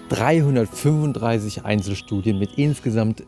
335 Einzelstudien mit insgesamt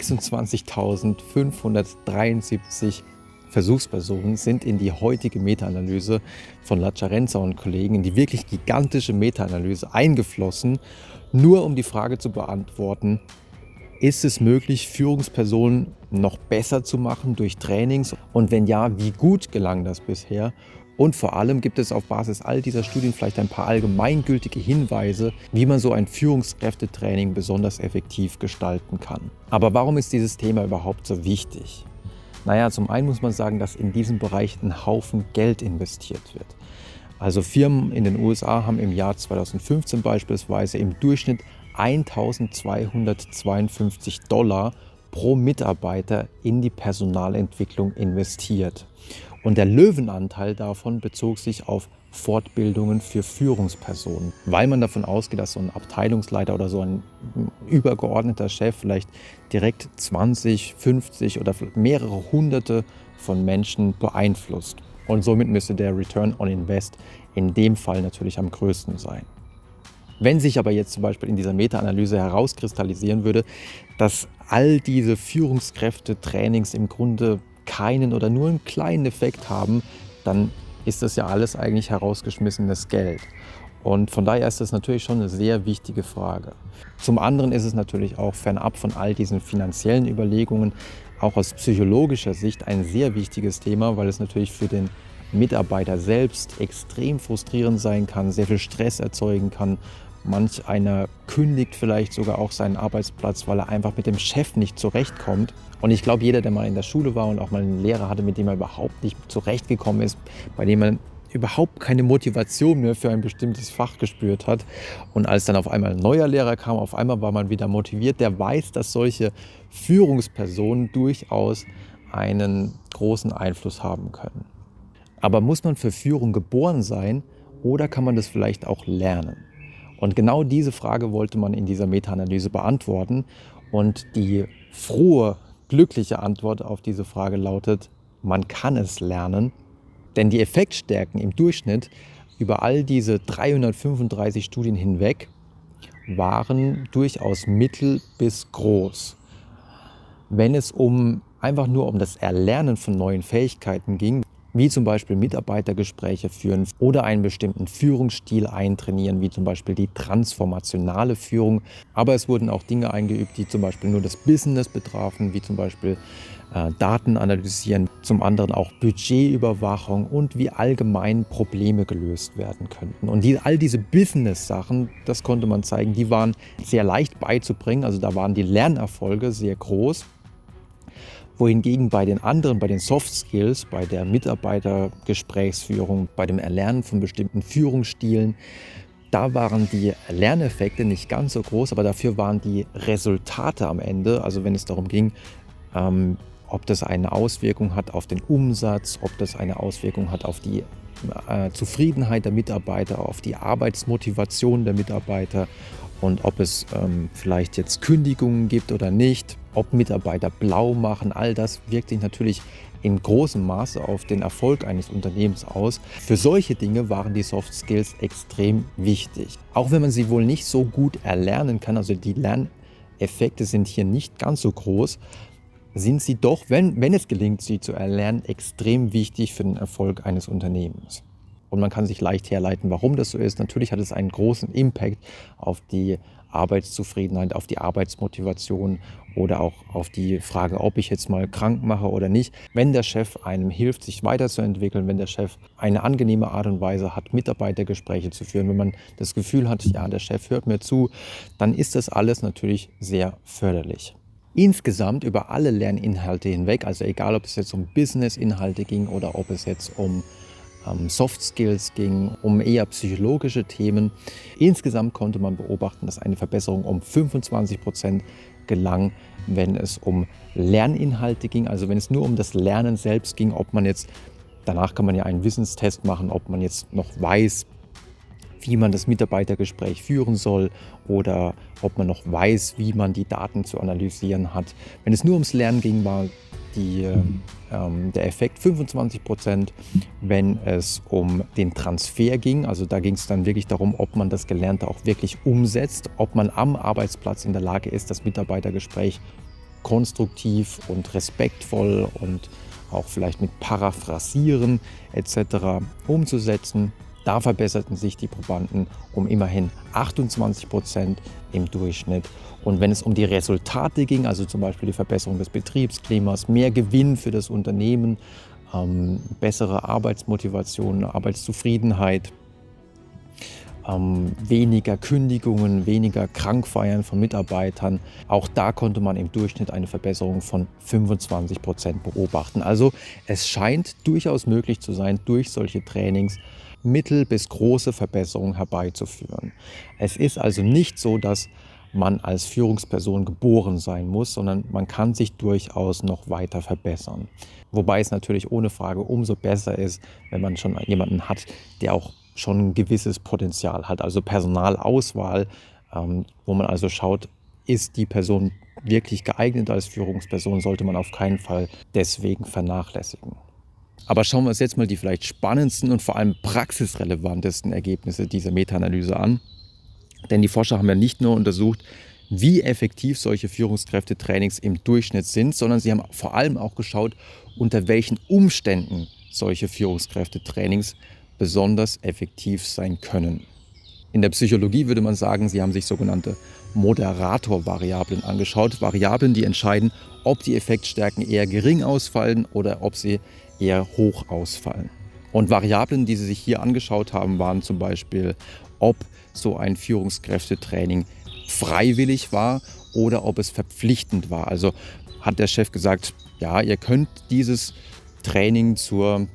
26.573 Versuchspersonen sind in die heutige Meta-Analyse von Lacharenza und Kollegen, in die wirklich gigantische Meta-Analyse eingeflossen, nur um die Frage zu beantworten: Ist es möglich, Führungspersonen noch besser zu machen durch Trainings? Und wenn ja, wie gut gelang das bisher? Und vor allem gibt es auf Basis all dieser Studien vielleicht ein paar allgemeingültige Hinweise, wie man so ein Führungskräftetraining besonders effektiv gestalten kann. Aber warum ist dieses Thema überhaupt so wichtig? Naja, zum einen muss man sagen, dass in diesem Bereich ein Haufen Geld investiert wird. Also Firmen in den USA haben im Jahr 2015 beispielsweise im Durchschnitt $1.252 pro Mitarbeiter in die Personalentwicklung investiert. Und der Löwenanteil davon bezog sich auf Fortbildungen für Führungspersonen, weil man davon ausgeht, dass so ein Abteilungsleiter oder so ein übergeordneter Chef vielleicht direkt 20, 50 oder mehrere Hunderte von Menschen beeinflusst. Und somit müsste der Return on Invest in dem Fall natürlich am größten sein. Wenn sich aber jetzt zum Beispiel in dieser Meta-Analyse herauskristallisieren würde, dass all diese Führungskräfte-Trainings im Grunde keinen oder nur einen kleinen Effekt haben, dann ist das ja alles eigentlich herausgeschmissenes Geld. Und von daher ist das natürlich schon eine sehr wichtige Frage. Zum anderen ist es natürlich auch fernab von all diesen finanziellen Überlegungen auch aus psychologischer Sicht ein sehr wichtiges Thema, weil es natürlich für den Mitarbeiter selbst extrem frustrierend sein kann, sehr viel Stress erzeugen kann. Manch einer kündigt vielleicht sogar auch seinen Arbeitsplatz, weil er einfach mit dem Chef nicht zurechtkommt. Und ich glaube, jeder, der mal in der Schule war und auch mal einen Lehrer hatte, mit dem er überhaupt nicht zurechtgekommen ist, bei dem man überhaupt keine Motivation mehr für ein bestimmtes Fach gespürt hat. Und als dann auf einmal ein neuer Lehrer kam, auf einmal war man wieder motiviert. Der weiß, dass solche Führungspersonen durchaus einen großen Einfluss haben können. Aber muss man für Führung geboren sein oder kann man das vielleicht auch lernen? Und genau diese Frage wollte man in dieser Meta-Analyse beantworten. Und die frohe, glückliche Antwort auf diese Frage lautet: Man kann es lernen. Denn die Effektstärken im Durchschnitt über all diese 335 Studien hinweg waren durchaus mittel bis groß. Wenn es einfach nur um das Erlernen von neuen Fähigkeiten ging, wie zum Beispiel Mitarbeitergespräche führen oder einen bestimmten Führungsstil eintrainieren, wie zum Beispiel die transformationale Führung. Aber es wurden auch Dinge eingeübt, die zum Beispiel nur das Business betrafen, wie zum Beispiel Daten analysieren, zum anderen auch Budgetüberwachung und wie allgemein Probleme gelöst werden könnten. Und all diese Business-Sachen, das konnte man zeigen, die waren sehr leicht beizubringen, also da waren die Lernerfolge sehr groß. Wohingegen bei den anderen, bei den Soft Skills, bei der Mitarbeitergesprächsführung, bei dem Erlernen von bestimmten Führungsstilen, da waren die Lerneffekte nicht ganz so groß, aber dafür waren die Resultate am Ende, also wenn es darum ging, ob das eine Auswirkung hat auf den Umsatz, ob das eine Auswirkung hat auf die Zufriedenheit der Mitarbeiter, auf die Arbeitsmotivation der Mitarbeiter und ob es vielleicht jetzt Kündigungen gibt oder nicht, ob Mitarbeiter blau machen, all das wirkt sich natürlich in großem Maße auf den Erfolg eines Unternehmens aus. Für solche Dinge waren die Soft Skills extrem wichtig. Auch wenn man sie wohl nicht so gut erlernen kann, also die Lerneffekte sind hier nicht ganz so groß, sind sie doch, wenn es gelingt, sie zu erlernen, extrem wichtig für den Erfolg eines Unternehmens. Und man kann sich leicht herleiten, warum das so ist. Natürlich hat es einen großen Impact auf die Arbeitszufriedenheit, auf die Arbeitsmotivation oder auch auf die Frage, ob ich jetzt mal krank mache oder nicht. Wenn der Chef einem hilft, sich weiterzuentwickeln, wenn der Chef eine angenehme Art und Weise hat, Mitarbeitergespräche zu führen, wenn man das Gefühl hat, ja, der Chef hört mir zu, dann ist das alles natürlich sehr förderlich. Insgesamt über alle Lerninhalte hinweg, also egal, ob es jetzt um Business-Inhalte ging oder ob es jetzt um Soft Skills ging, um eher psychologische Themen. Insgesamt konnte man beobachten, dass eine Verbesserung um 25% gelang, wenn es um Lerninhalte ging, also wenn es nur um das Lernen selbst ging, ob man jetzt, danach kann man ja einen Wissenstest machen, ob man jetzt noch weiß, wie man das Mitarbeitergespräch führen soll oder ob man noch weiß, wie man die Daten zu analysieren hat. Wenn es nur ums Lernen ging, war der Effekt 25%, wenn es um den Transfer ging. Also da ging es dann wirklich darum, ob man das Gelernte auch wirklich umsetzt, ob man am Arbeitsplatz in der Lage ist, das Mitarbeitergespräch konstruktiv und respektvoll und auch vielleicht mit Paraphrasieren etc. umzusetzen. Da verbesserten sich die Probanden um immerhin 28% im Durchschnitt. Und wenn es um die Resultate ging, also zum Beispiel die Verbesserung des Betriebsklimas, mehr Gewinn für das Unternehmen, bessere Arbeitsmotivation, Arbeitszufriedenheit, weniger Kündigungen, weniger Krankfeiern von Mitarbeitern. Auch da konnte man im Durchschnitt eine Verbesserung von 25% beobachten. Also es scheint durchaus möglich zu sein, durch solche Trainings mittel- bis große Verbesserungen herbeizuführen. Es ist also nicht so, dass man als Führungsperson geboren sein muss, sondern man kann sich durchaus noch weiter verbessern. Wobei es natürlich ohne Frage umso besser ist, wenn man schon jemanden hat, der auch schon ein gewisses Potenzial hat. Also Personalauswahl, wo man also schaut, ist die Person wirklich geeignet als Führungsperson, sollte man auf keinen Fall deswegen vernachlässigen. Aber schauen wir uns jetzt mal die vielleicht spannendsten und vor allem praxisrelevantesten Ergebnisse dieser Meta-Analyse an. Denn die Forscher haben ja nicht nur untersucht, wie effektiv solche Führungskräftetrainings im Durchschnitt sind, sondern sie haben vor allem auch geschaut, unter welchen Umständen solche Führungskräftetrainings besonders effektiv sein können. In der Psychologie würde man sagen, sie haben sich sogenannte Moderatorvariablen angeschaut. Variablen, die entscheiden, ob die Effektstärken eher gering ausfallen oder ob sie eher hoch ausfallen. Und Variablen, die sie sich hier angeschaut haben, waren zum Beispiel, ob so ein Führungskräftetraining freiwillig war oder ob es verpflichtend war. Also hat der Chef gesagt, ja, ihr könnt dieses Training zur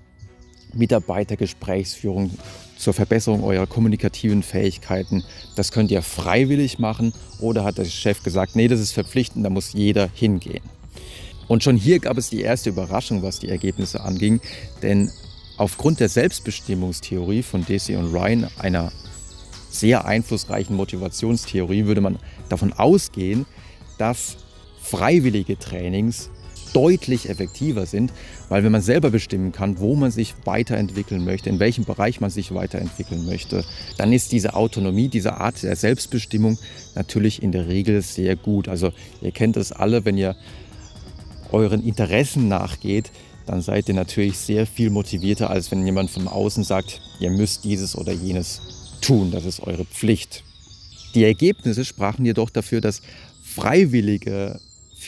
Mitarbeitergesprächsführung, zur Verbesserung eurer kommunikativen Fähigkeiten, das könnt ihr freiwillig machen, oder hat der Chef gesagt, nee, das ist verpflichtend, da muss jeder hingehen. Und schon hier gab es die erste Überraschung, was die Ergebnisse anging, denn aufgrund der Selbstbestimmungstheorie von Deci und Ryan, einer sehr einflussreichen Motivationstheorie, würde man davon ausgehen, dass freiwillige Trainings deutlich effektiver sind, weil wenn man selber bestimmen kann, wo man sich weiterentwickeln möchte, in welchem Bereich man sich weiterentwickeln möchte, dann ist diese Autonomie, diese Art der Selbstbestimmung natürlich in der Regel sehr gut. Also ihr kennt das alle, wenn ihr euren Interessen nachgeht, dann seid ihr natürlich sehr viel motivierter, als wenn jemand von außen sagt, ihr müsst dieses oder jenes tun, das ist eure Pflicht. Die Ergebnisse sprachen jedoch dafür, dass freiwillige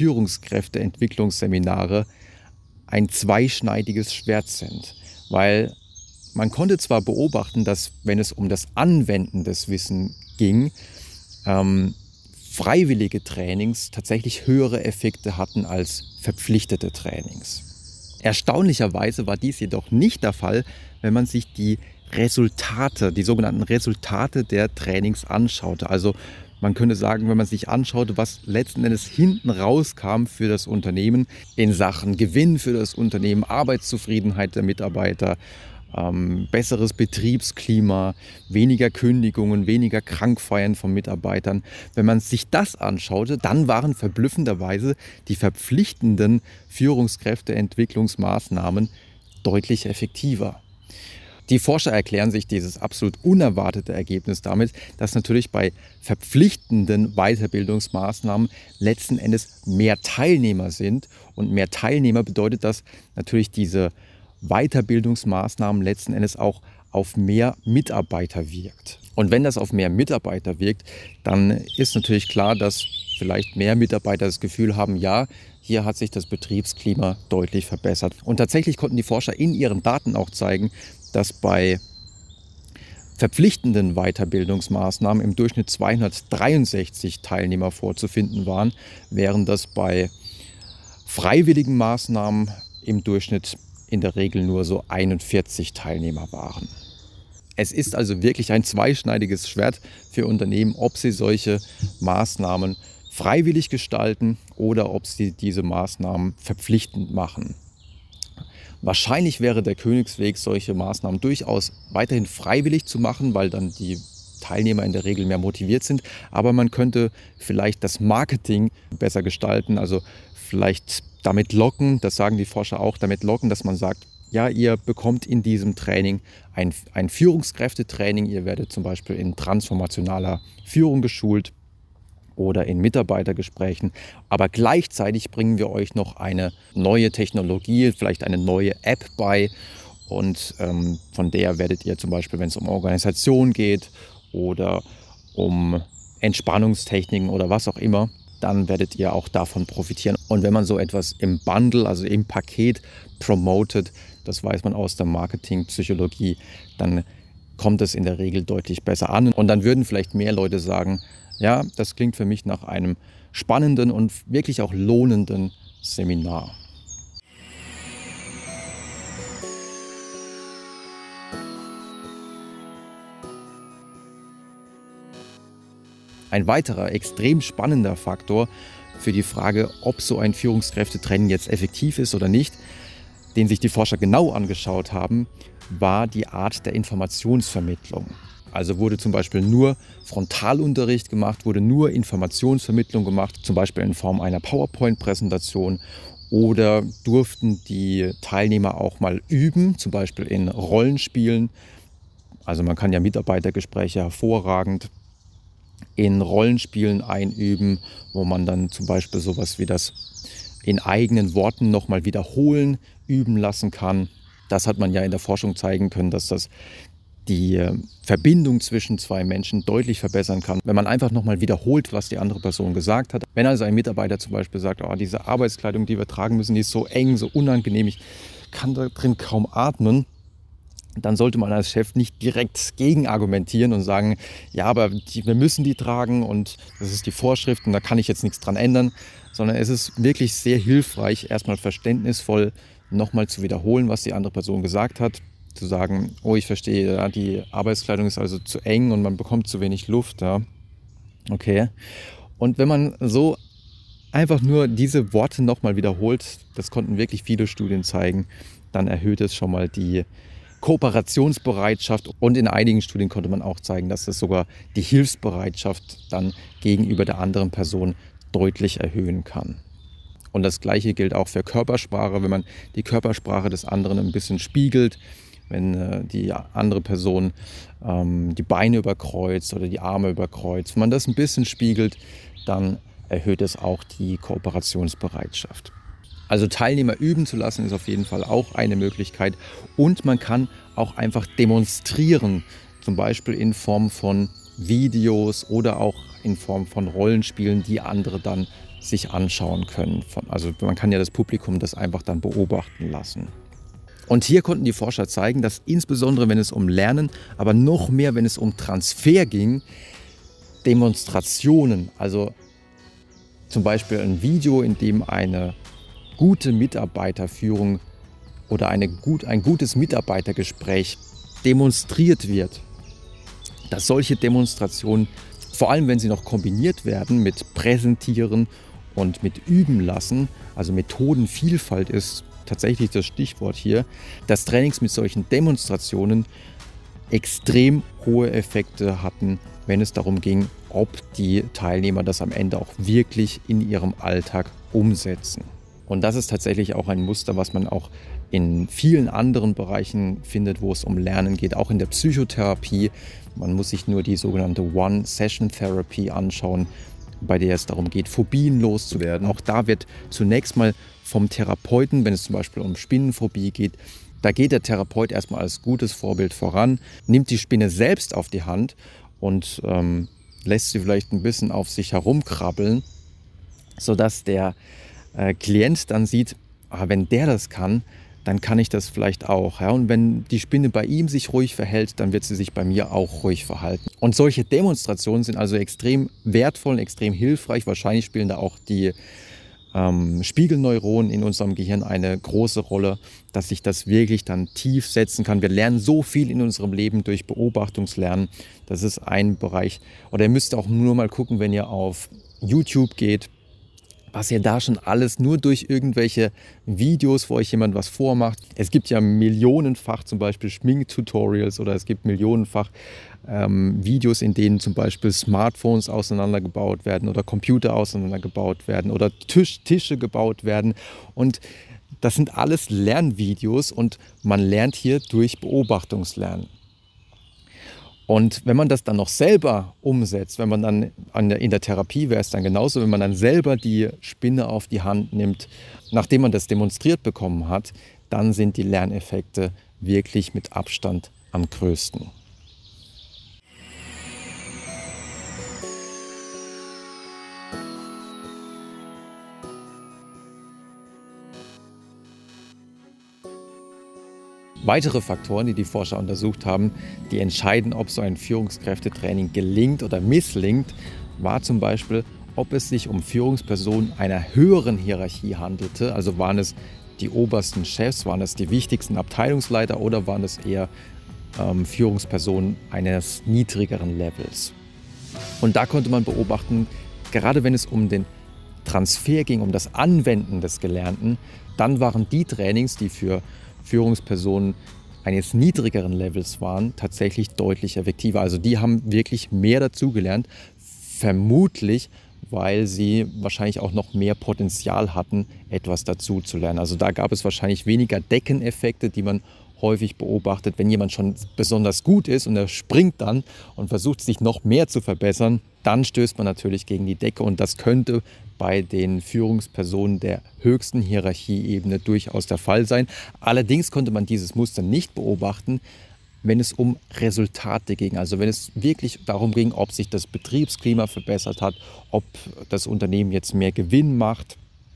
Führungskräfteentwicklungsseminare ein zweischneidiges Schwert sind, weil man konnte zwar beobachten, dass wenn es um das Anwenden des Wissens ging, freiwillige Trainings tatsächlich höhere Effekte hatten als verpflichtete Trainings. Erstaunlicherweise war dies jedoch nicht der Fall, wenn man sich die Resultate, die sogenannten Resultate der Trainings anschaute. Also man könnte sagen, wenn man sich anschaute, was letzten Endes hinten rauskam für das Unternehmen in Sachen Gewinn für das Unternehmen, Arbeitszufriedenheit der Mitarbeiter, besseres Betriebsklima, weniger Kündigungen, weniger Krankfeiern von Mitarbeitern. Wenn man sich das anschaute, dann waren verblüffenderweise die verpflichtenden Führungskräfteentwicklungsmaßnahmen deutlich effektiver. Die Forscher erklären sich dieses absolut unerwartete Ergebnis damit, dass natürlich bei verpflichtenden Weiterbildungsmaßnahmen letzten Endes mehr Teilnehmer sind. Und mehr Teilnehmer bedeutet, dass natürlich diese Weiterbildungsmaßnahmen letzten Endes auch auf mehr Mitarbeiter wirkt. Und wenn das auf mehr Mitarbeiter wirkt, dann ist natürlich klar, dass vielleicht mehr Mitarbeiter das Gefühl haben, ja, hier hat sich das Betriebsklima deutlich verbessert. Und tatsächlich konnten die Forscher in ihren Daten auch zeigen, dass bei verpflichtenden Weiterbildungsmaßnahmen im Durchschnitt 263 Teilnehmer vorzufinden waren, während das bei freiwilligen Maßnahmen im Durchschnitt in der Regel nur so 41 Teilnehmer waren. Es ist also wirklich ein zweischneidiges Schwert für Unternehmen, ob sie solche Maßnahmen freiwillig gestalten oder ob sie diese Maßnahmen verpflichtend machen. Wahrscheinlich wäre der Königsweg, solche Maßnahmen durchaus weiterhin freiwillig zu machen, weil dann die Teilnehmer in der Regel mehr motiviert sind. Aber man könnte vielleicht das Marketing besser gestalten, also vielleicht damit locken, das sagen die Forscher auch, damit locken, dass man sagt, ja, ihr bekommt in diesem Training ein Führungskräftetraining, ihr werdet zum Beispiel in transformationaler Führung geschult oder in Mitarbeitergesprächen, aber gleichzeitig bringen wir euch noch eine neue Technologie, vielleicht eine neue App bei und von der werdet ihr zum Beispiel, wenn es um Organisation geht oder um Entspannungstechniken oder was auch immer, dann werdet ihr auch davon profitieren. Und wenn man so etwas im Bundle, also im Paket promotet, das weiß man aus der Marketingpsychologie, dann kommt es in der Regel deutlich besser an. Und dann würden vielleicht mehr Leute sagen, ja, das klingt für mich nach einem spannenden und wirklich auch lohnenden Seminar. Ein weiterer extrem spannender Faktor für die Frage, ob so ein Führungskräftetraining jetzt effektiv ist oder nicht, den sich die Forscher genau angeschaut haben, war die Art der Informationsvermittlung. Also wurde zum Beispiel nur Frontalunterricht gemacht, wurde nur Informationsvermittlung gemacht, zum Beispiel in Form einer PowerPoint-Präsentation, oder durften die Teilnehmer auch mal üben, zum Beispiel in Rollenspielen. Also man kann ja Mitarbeitergespräche hervorragend in Rollenspielen einüben, wo man dann zum Beispiel sowas wie das in eigenen Worten nochmal wiederholen üben lassen kann. Das hat man ja in der Forschung zeigen können, dass das die Verbindung zwischen zwei Menschen deutlich verbessern kann, wenn man einfach nochmal wiederholt, was die andere Person gesagt hat. Wenn also ein Mitarbeiter zum Beispiel sagt, oh, diese Arbeitskleidung, die wir tragen müssen, die ist so eng, so unangenehm, ich kann da drin kaum atmen, dann sollte man als Chef nicht direkt gegen argumentieren und sagen, ja, aber wir müssen die tragen und das ist die Vorschrift und da kann ich jetzt nichts dran ändern, sondern es ist wirklich sehr hilfreich, erstmal verständnisvoll nochmal zu wiederholen, was die andere Person gesagt hat, zu sagen, oh, ich verstehe, ja, die Arbeitskleidung ist also zu eng und man bekommt zu wenig Luft. Ja. Okay. Und wenn man so einfach nur diese Worte nochmal wiederholt, das konnten wirklich viele Studien zeigen, dann erhöht es schon mal die Kooperationsbereitschaft und in einigen Studien konnte man auch zeigen, dass es sogar die Hilfsbereitschaft dann gegenüber der anderen Person deutlich erhöhen kann. Und das Gleiche gilt auch für Körpersprache, wenn man die Körpersprache des anderen ein bisschen spiegelt, wenn die andere Person die Beine überkreuzt oder die Arme überkreuzt. Wenn man das ein bisschen spiegelt, dann erhöht es auch die Kooperationsbereitschaft. Also Teilnehmer üben zu lassen, ist auf jeden Fall auch eine Möglichkeit. Und man kann auch einfach demonstrieren, zum Beispiel in Form von Videos oder auch in Form von Rollenspielen, die andere dann sich anschauen können. Also man kann ja das Publikum das einfach dann beobachten lassen. Und hier konnten die Forscher zeigen, dass insbesondere wenn es um Lernen, aber noch mehr, wenn es um Transfer ging, Demonstrationen, also zum Beispiel ein Video, in dem eine gute Mitarbeiterführung oder ein gutes Mitarbeitergespräch demonstriert wird, dass solche Demonstrationen, vor allem wenn sie noch kombiniert werden mit Präsentieren und mit Üben lassen, also Methodenvielfalt ist tatsächlich das Stichwort hier, dass Trainings mit solchen Demonstrationen extrem hohe Effekte hatten, wenn es darum ging, ob die Teilnehmer das am Ende auch wirklich in ihrem Alltag umsetzen. Und das ist tatsächlich auch ein Muster, was man auch in vielen anderen Bereichen findet, wo es um Lernen geht, auch in der Psychotherapie. Man muss sich nur die sogenannte One-Session-Therapy anschauen, bei der es darum geht, Phobien loszuwerden. Auch da wird zunächst mal vom Therapeuten, wenn es zum Beispiel um Spinnenphobie geht, da geht der Therapeut erstmal als gutes Vorbild voran, nimmt die Spinne selbst auf die Hand und lässt sie vielleicht ein bisschen auf sich herumkrabbeln, sodass der Klient dann sieht, wenn der das kann, dann kann ich das vielleicht auch. Ja? Und wenn die Spinne bei ihm sich ruhig verhält, dann wird sie sich bei mir auch ruhig verhalten. Und solche Demonstrationen sind also extrem wertvoll und extrem hilfreich. Wahrscheinlich spielen da auch die Spiegelneuronen in unserem Gehirn eine große Rolle, dass sich das wirklich dann tief setzen kann. Wir lernen so viel in unserem Leben durch Beobachtungslernen. Das ist ein Bereich. Oder ihr müsst auch nur mal gucken, wenn ihr auf YouTube geht. was ihr da schon alles nur durch irgendwelche Videos, wo euch jemand was vormacht. Es gibt ja millionenfach zum Beispiel Schminktutorials oder es gibt millionenfach Videos, in denen zum Beispiel Smartphones auseinandergebaut werden oder Computer auseinandergebaut werden oder Tische gebaut werden. Und das sind alles Lernvideos und man lernt hier durch Beobachtungslernen. Und wenn man das dann noch selber umsetzt, wenn man dann in der Therapie wäre es dann genauso, wenn man dann selber die Spinne auf die Hand nimmt, nachdem man das demonstriert bekommen hat, dann sind die Lerneffekte wirklich mit Abstand am größten. Weitere Faktoren, die die Forscher untersucht haben, die entscheiden, ob so ein Führungskräftetraining gelingt oder misslingt, war zum Beispiel, ob es sich um Führungspersonen einer höheren Hierarchie handelte. Also waren es die obersten Chefs, waren es die wichtigsten Abteilungsleiter oder waren es eher Führungspersonen eines niedrigeren Levels. Und da konnte man beobachten, gerade wenn es um den Transfer ging, um das Anwenden des Gelernten, dann waren die Trainings, die für Führungspersonen eines niedrigeren Levels waren, tatsächlich deutlich effektiver. Also die haben wirklich mehr dazugelernt, vermutlich, weil sie wahrscheinlich auch noch mehr Potenzial hatten, etwas dazu zu lernen. Also da gab es wahrscheinlich weniger Deckeneffekte, die man häufig beobachtet, wenn jemand schon besonders gut ist und er springt dann und versucht sich noch mehr zu verbessern, dann stößt man natürlich gegen die Decke und das könnte bei den Führungspersonen der höchsten Hierarchieebene durchaus der Fall sein. Allerdings konnte man dieses Muster nicht beobachten, wenn es um Resultate ging. Also wenn es wirklich darum ging, ob sich das Betriebsklima verbessert hat, ob das Unternehmen jetzt mehr Gewinn macht,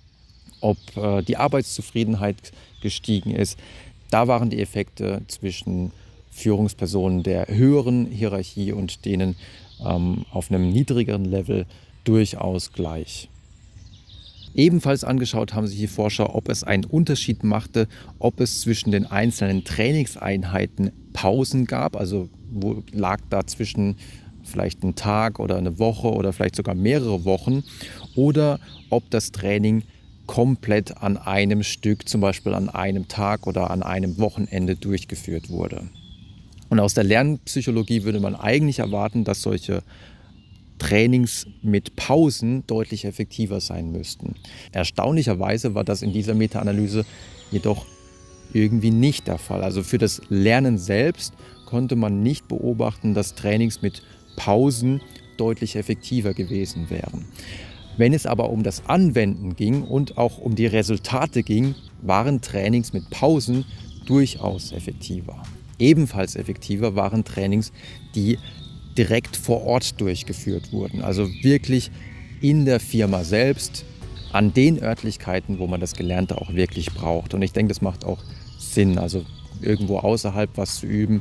ob die Arbeitszufriedenheit gestiegen ist. Da waren die Effekte zwischen Führungspersonen der höheren Hierarchie und denen auf einem niedrigeren Level durchaus gleich. Ebenfalls angeschaut haben sich die Forscher, ob es einen Unterschied machte, ob es zwischen den einzelnen Trainingseinheiten Pausen gab, also wo lag dazwischen vielleicht ein Tag oder eine Woche oder vielleicht sogar mehrere Wochen, oder ob das Training komplett an einem Stück, zum Beispiel an einem Tag oder an einem Wochenende durchgeführt wurde. Und aus der Lernpsychologie würde man eigentlich erwarten, dass solche Trainings mit Pausen deutlich effektiver sein müssten. Erstaunlicherweise war das in dieser Meta-Analyse jedoch irgendwie nicht der Fall. Also für das Lernen selbst konnte man nicht beobachten, dass Trainings mit Pausen deutlich effektiver gewesen wären. Wenn es aber um das Anwenden ging und auch um die Resultate ging, waren Trainings mit Pausen durchaus effektiver. Ebenfalls effektiver waren Trainings, die direkt vor Ort durchgeführt wurden. Also wirklich in der Firma selbst, an den Örtlichkeiten, wo man das Gelernte auch wirklich braucht. Und ich denke, das macht auch Sinn, also irgendwo außerhalb was zu üben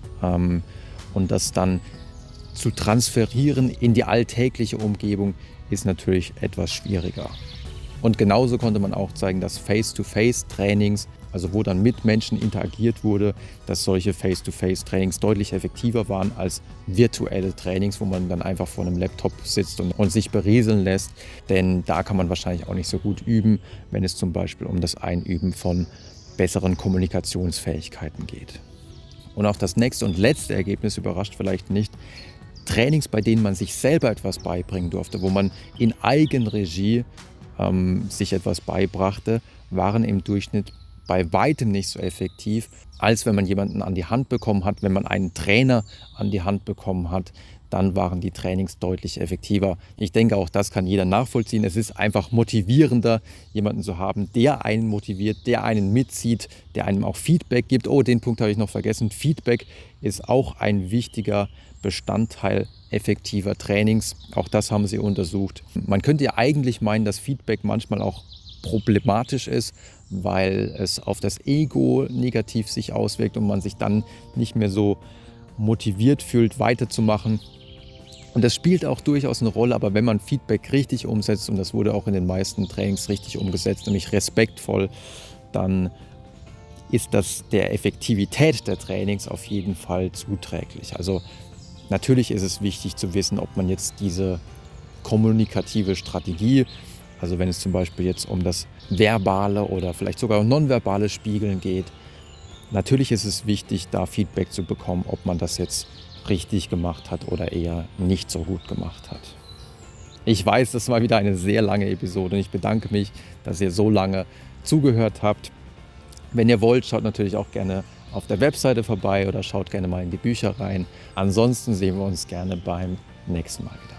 und das dann zu transferieren in die alltägliche Umgebung ist natürlich etwas schwieriger. Und genauso konnte man auch zeigen, dass Face-to-Face-Trainings, also wo dann mit Menschen interagiert wurde, dass solche Face-to-Face-Trainings deutlich effektiver waren als virtuelle Trainings, wo man dann einfach vor einem Laptop sitzt und sich berieseln lässt. Denn da kann man wahrscheinlich auch nicht so gut üben, wenn es zum Beispiel um das Einüben von besseren Kommunikationsfähigkeiten geht. Und auch das nächste und letzte Ergebnis überrascht vielleicht nicht. Trainings, bei denen man sich selber etwas beibringen durfte, wo man in Eigenregie sich etwas beibrachte, waren im Durchschnitt bei weitem nicht so effektiv, als wenn man jemanden an die Hand bekommen hat, wenn man einen Trainer an die Hand bekommen hat, dann waren die Trainings deutlich effektiver. Ich denke, auch das kann jeder nachvollziehen. Es ist einfach motivierender, jemanden zu haben, der einen motiviert, der einen mitzieht, der einem auch Feedback gibt. Oh, den Punkt habe ich noch vergessen. Feedback ist auch ein wichtiger Bestandteil effektiver Trainings. Auch das haben sie untersucht. Man könnte ja eigentlich meinen, dass Feedback manchmal auch problematisch ist, weil es auf das Ego negativ sich auswirkt und man sich dann nicht mehr so motiviert fühlt, weiterzumachen. Und das spielt auch durchaus eine Rolle, aber wenn man Feedback richtig umsetzt, und das wurde auch in den meisten Trainings richtig umgesetzt, nämlich respektvoll, dann ist das der Effektivität der Trainings auf jeden Fall zuträglich. Also natürlich ist es wichtig zu wissen, ob man jetzt diese kommunikative Strategie Also wenn es zum Beispiel jetzt um das verbale oder vielleicht sogar nonverbale Spiegeln geht. Natürlich ist es wichtig, da Feedback zu bekommen, ob man das jetzt richtig gemacht hat oder eher nicht so gut gemacht hat. Ich weiß, das war wieder eine sehr lange Episode und ich bedanke mich, dass ihr so lange zugehört habt. Wenn ihr wollt, schaut natürlich auch gerne auf der Webseite vorbei oder schaut gerne mal in die Bücher rein. Ansonsten sehen wir uns gerne beim nächsten Mal wieder.